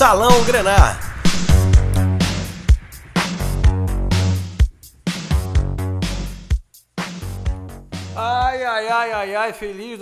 Salão Grená. Ai, feliz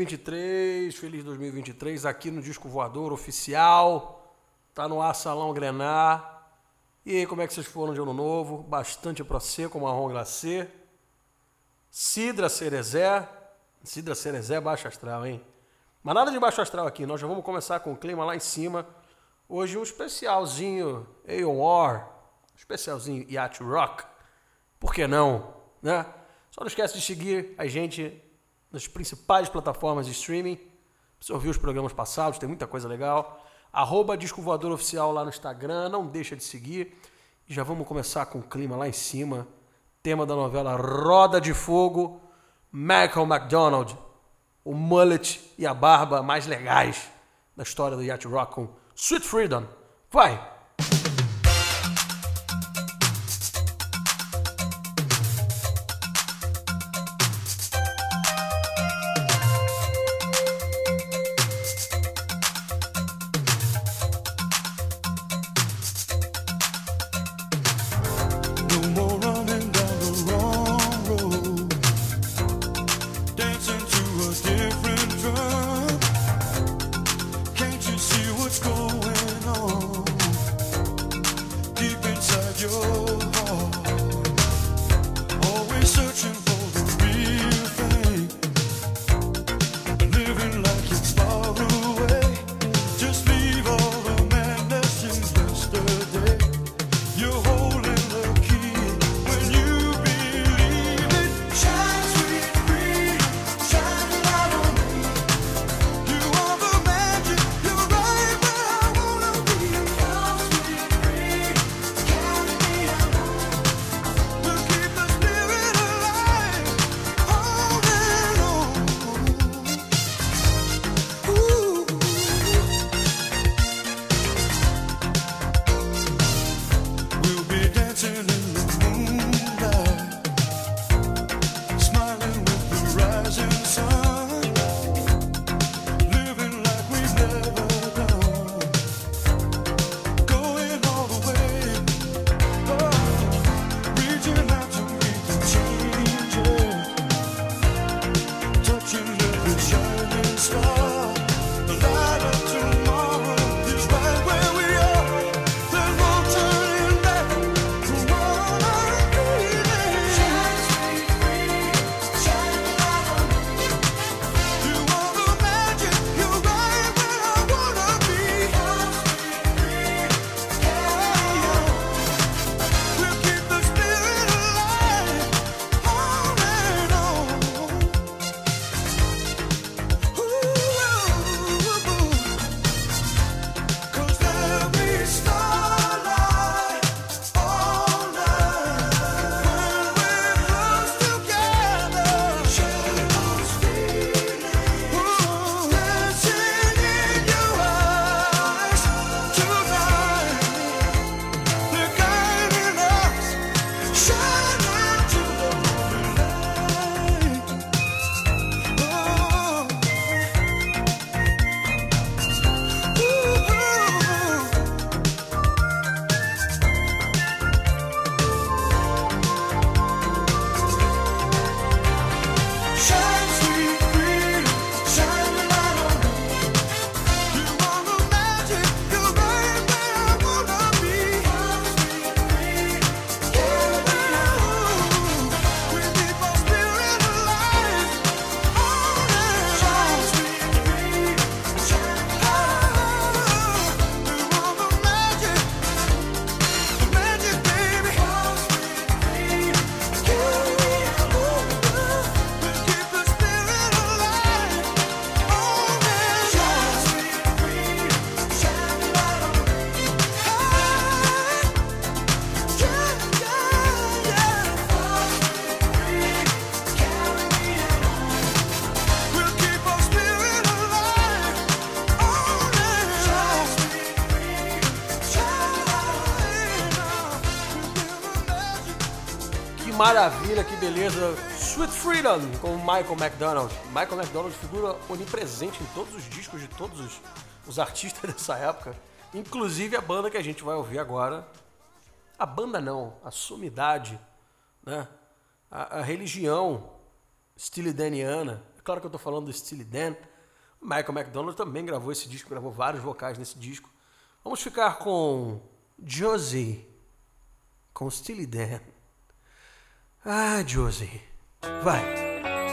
2023 aqui no Disco Voador Oficial, tá no ar Salão Grená. E aí, como é que vocês foram de ano novo? Bastante prosecco, marrom glacê, cidra cerezé baixo astral, hein? Mas nada de baixo astral aqui, nós já vamos começar com o clima lá em cima. Hoje um especialzinho A.O.R., especialzinho Yacht Rock, por que não, né? Só não esquece de seguir a gente nas principais plataformas de streaming. Você ouviu os programas passados, tem muita coisa legal. @Disco Voador Oficial lá no Instagram, não deixa de seguir. E já vamos começar com o clima lá em cima. Tema da novela Roda de Fogo, Michael McDonald, o mullet e a barba mais legais da história do Yacht Rock com Sweet Freedom. Vai! Maravilha, que beleza. Sweet Freedom com Michael McDonald. Michael McDonald, figura onipresente em todos os discos de todos os artistas dessa época. Inclusive a banda que a gente vai ouvir agora, a banda não, a sumidade, né? A religião steelydaniana. É claro que eu tô falando do Steely Dan. O Michael McDonald também gravou esse disco, gravou vários vocais nesse disco. Vamos ficar com Josie, com Steely Dan. Ah, Josie, vai.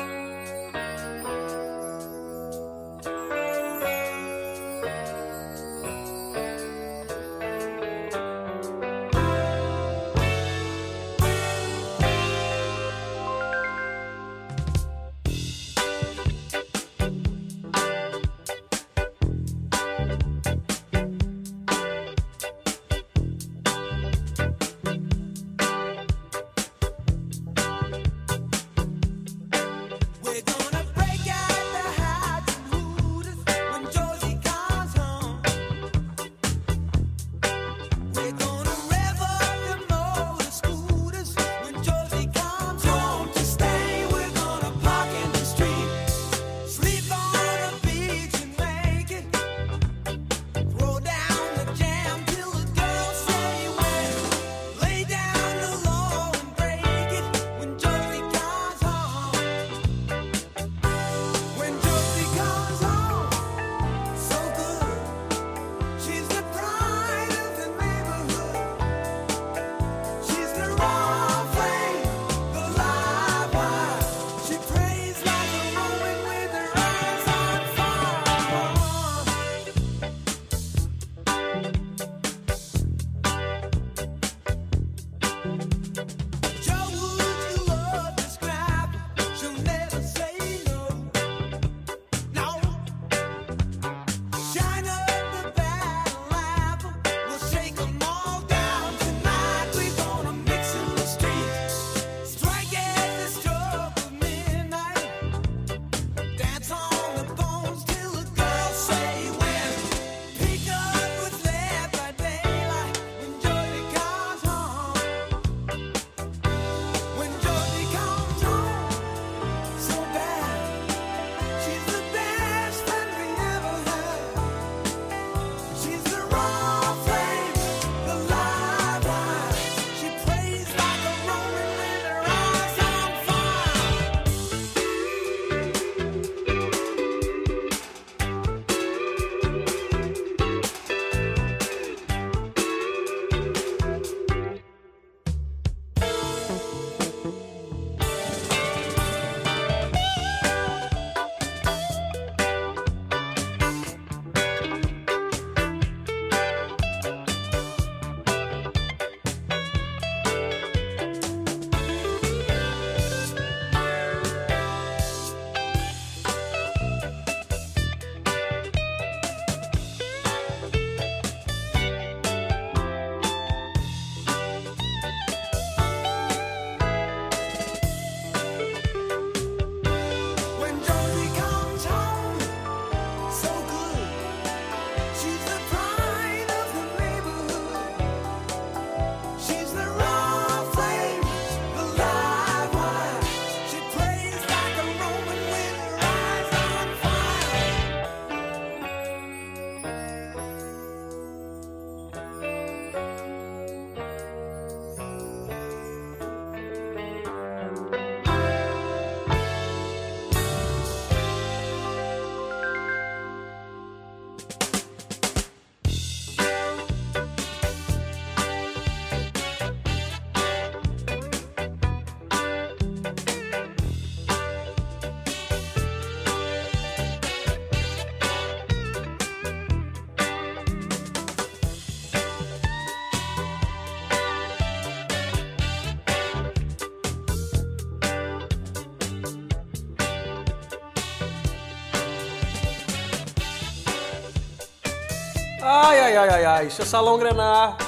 Ai, ai, ai, ai, ai. Isso é Salão Grenar.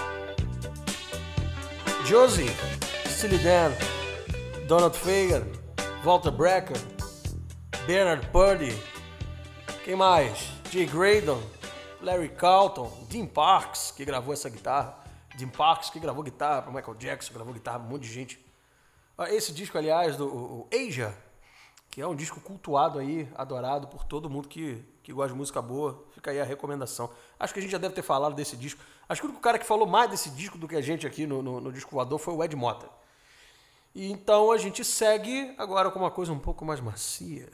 Josie, Steely Dan, Donald Fagen, Walter Becker, Bernard Purdy. Quem mais? Jay Graydon, Larry Carlton, Dean Parks, que gravou essa guitarra. Dean Parks, que gravou guitarra para Michael Jackson, gravou guitarra para um monte de gente. Esse disco, aliás, do Asia, que é um disco cultuado aí, adorado por todo mundo que gosta de música boa. Fica aí a recomendação. Acho que a gente já deve ter falado desse disco. Acho que o único cara que falou mais desse disco do que a gente aqui no Disco Voador foi o Ed Mota. E então a gente segue agora com uma coisa um pouco mais macia.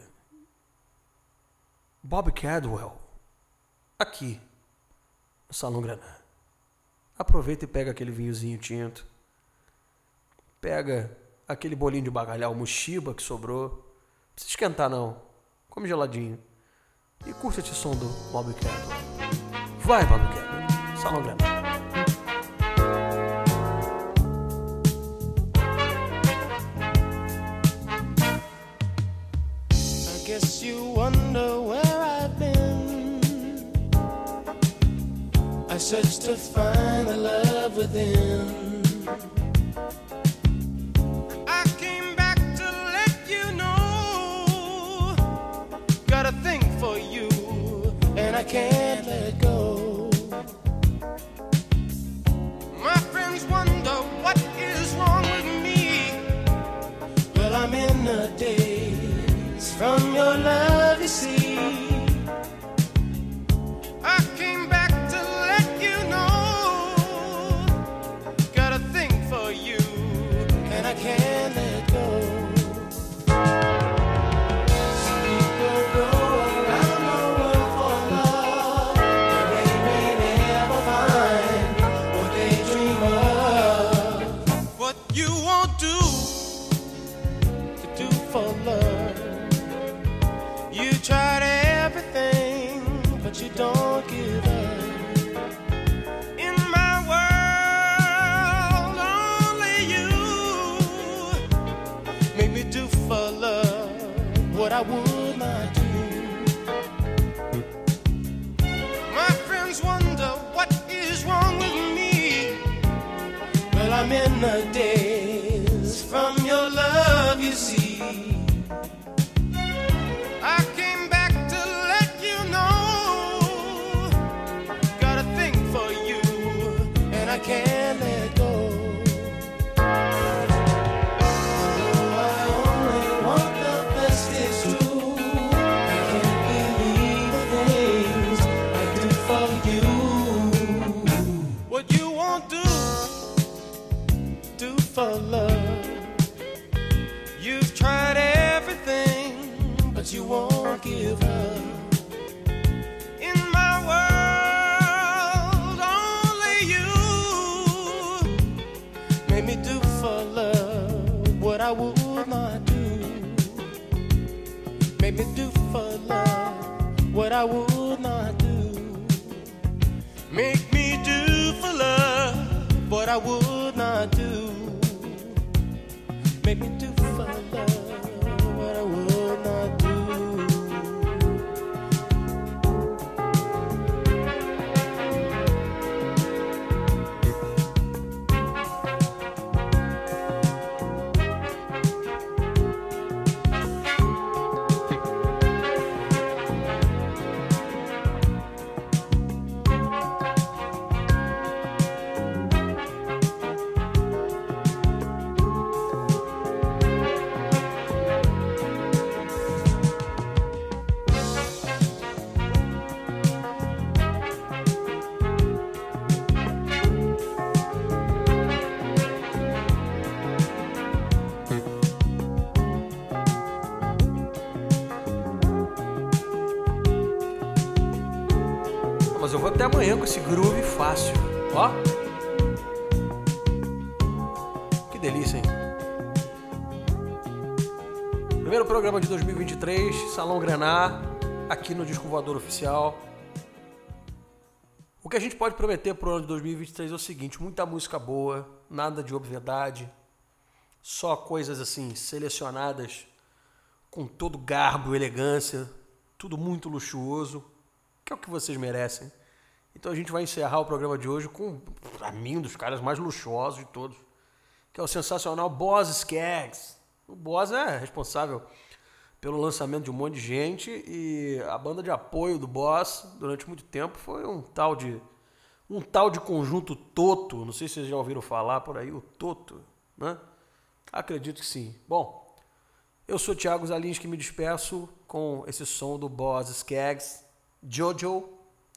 Bob Cadwell, aqui no Salão Graná. Aproveita e pega aquele vinhozinho tinto. Pega aquele bolinho de bacalhau Mushiba que sobrou. Não precisa esquentar não. Come geladinho. E curte esse som do Bob Cadwell. Vai, Bob Cadwell. Salão Graná. I guess you wonder where I've been. I searched to find the love within. I came back to let you know. Got a thing for you, and I can't let go. My friends wonder what is wrong with me. Well, I'm in a daze from your love, you see. I came back to let you know. Got a thing for you, and I can't let go. Some people go around the world for love, and they may never find what they dream of. What you won't do to do for love. You tried everything, but you don't give up. In my world, only you make me do for love what I would not do. My friends wonder what is wrong with me. Well, I'm in a daze from your love, you see. I came back to let you know. Got a thing for you, and I can't let go. Oh, I only want the best, it's true. I can't believe the things I do for you. What you won't do for love. You've tried everything, but you won't give up. In my world, only you made me do for love what I would not do. Made me do for love what I would not do. Make me do for love what I would not do. Make me do for love what I would not do. Mas eu vou até amanhã com esse groove fácil. Ó. Que delícia, hein? Primeiro programa de 2023, Salão Graná, aqui no Disco Voador Oficial. O que a gente pode prometer pro ano de 2023 é o seguinte: muita música boa, nada de obviedade, só coisas assim, selecionadas com todo garbo e elegância, tudo muito luxuoso, que é o que vocês merecem. Então a gente vai encerrar o programa de hoje com, pra mim, um dos caras mais luxuosos de todos, que é o sensacional Boz Scaggs. O Boz é responsável pelo lançamento de um monte de gente, e a banda de apoio do Boz durante muito tempo foi um tal de conjunto Toto. Não sei se vocês já ouviram falar por aí, o Toto, né? Acredito que sim. Bom, Eu sou Thiago Zalinski, me despeço com esse som do Boz Skaggs, Jojo,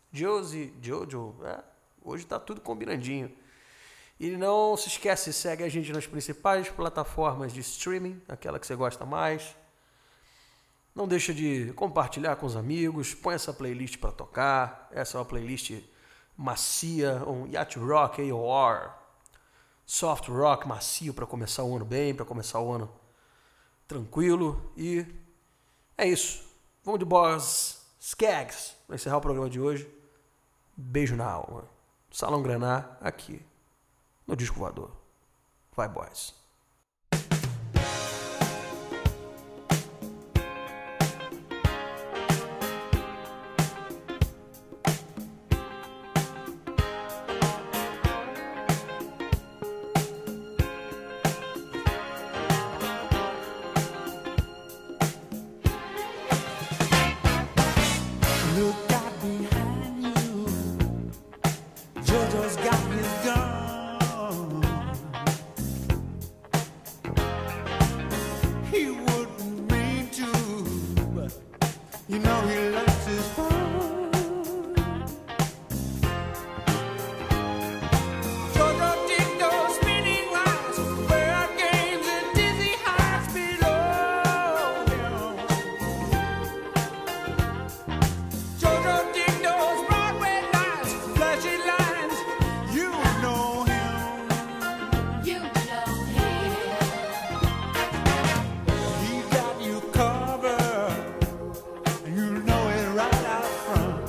hoje tá tudo combinandinho. E não se esquece, segue a gente nas principais plataformas de streaming, aquela que você gosta mais. Não deixa de compartilhar com os amigos, põe essa playlist para tocar. Essa é uma playlist macia, um yacht rock AOR, soft rock macio para começar o ano bem, para começar o ano tranquilo. E é isso. Vamos de Boz Skaggs para encerrar o programa de hoje. Beijo na alma. Salão Grenar aqui no Disco Voador. Vai, boys. Look out behind you. Jojo's got his gun. He wouldn't mean to, but you know he likes his fun. Jojo did those spinning lights, where games and dizzy heights below him. Jojo did those Broadway lights, flashing lines. You know him. You know him. He got you covered, and you know it right out front.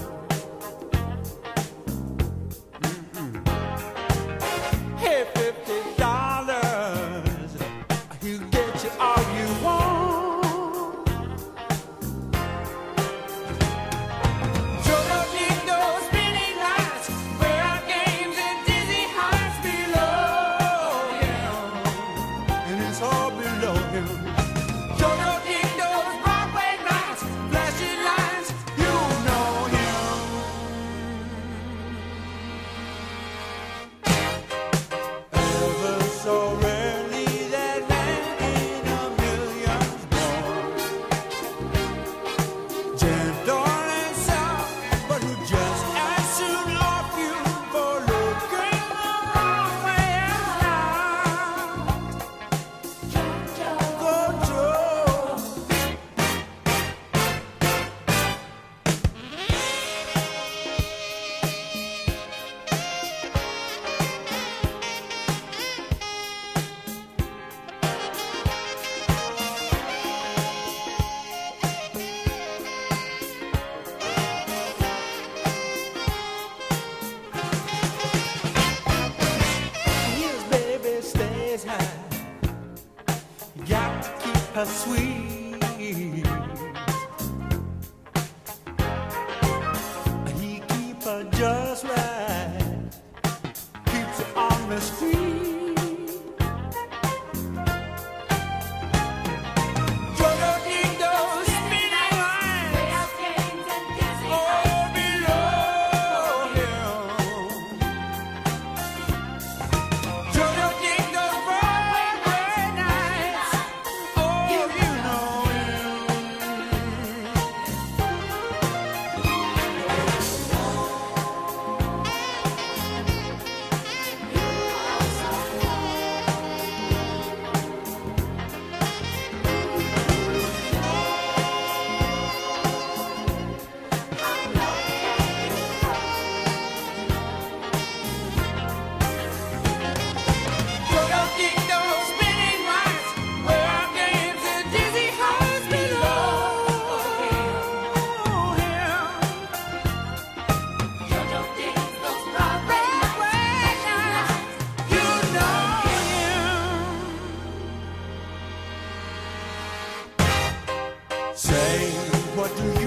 Hey, $50, he'll get you all you want. Jojo did those spinning lights, where our games and dizzy heights below him, and it's all below him. Jojo did those Broadway lights, flashing lines. You know him. Ever so rarely, that man in a million's born. Gentle and soft, but who just as soon off you for looking the wrong way around. Go Joe. His baby stays high. You got to keep her sweet. He keep her just right. Keeps her on the street. Jojo did those spinning lines, Where games and dizzy all below him. Jojo did those Broadway nights. Oh, you know him. Jojo did those spinning lights, where our games and dizzy heights below him. Jojo did those Broadway nights, You know him. Say what do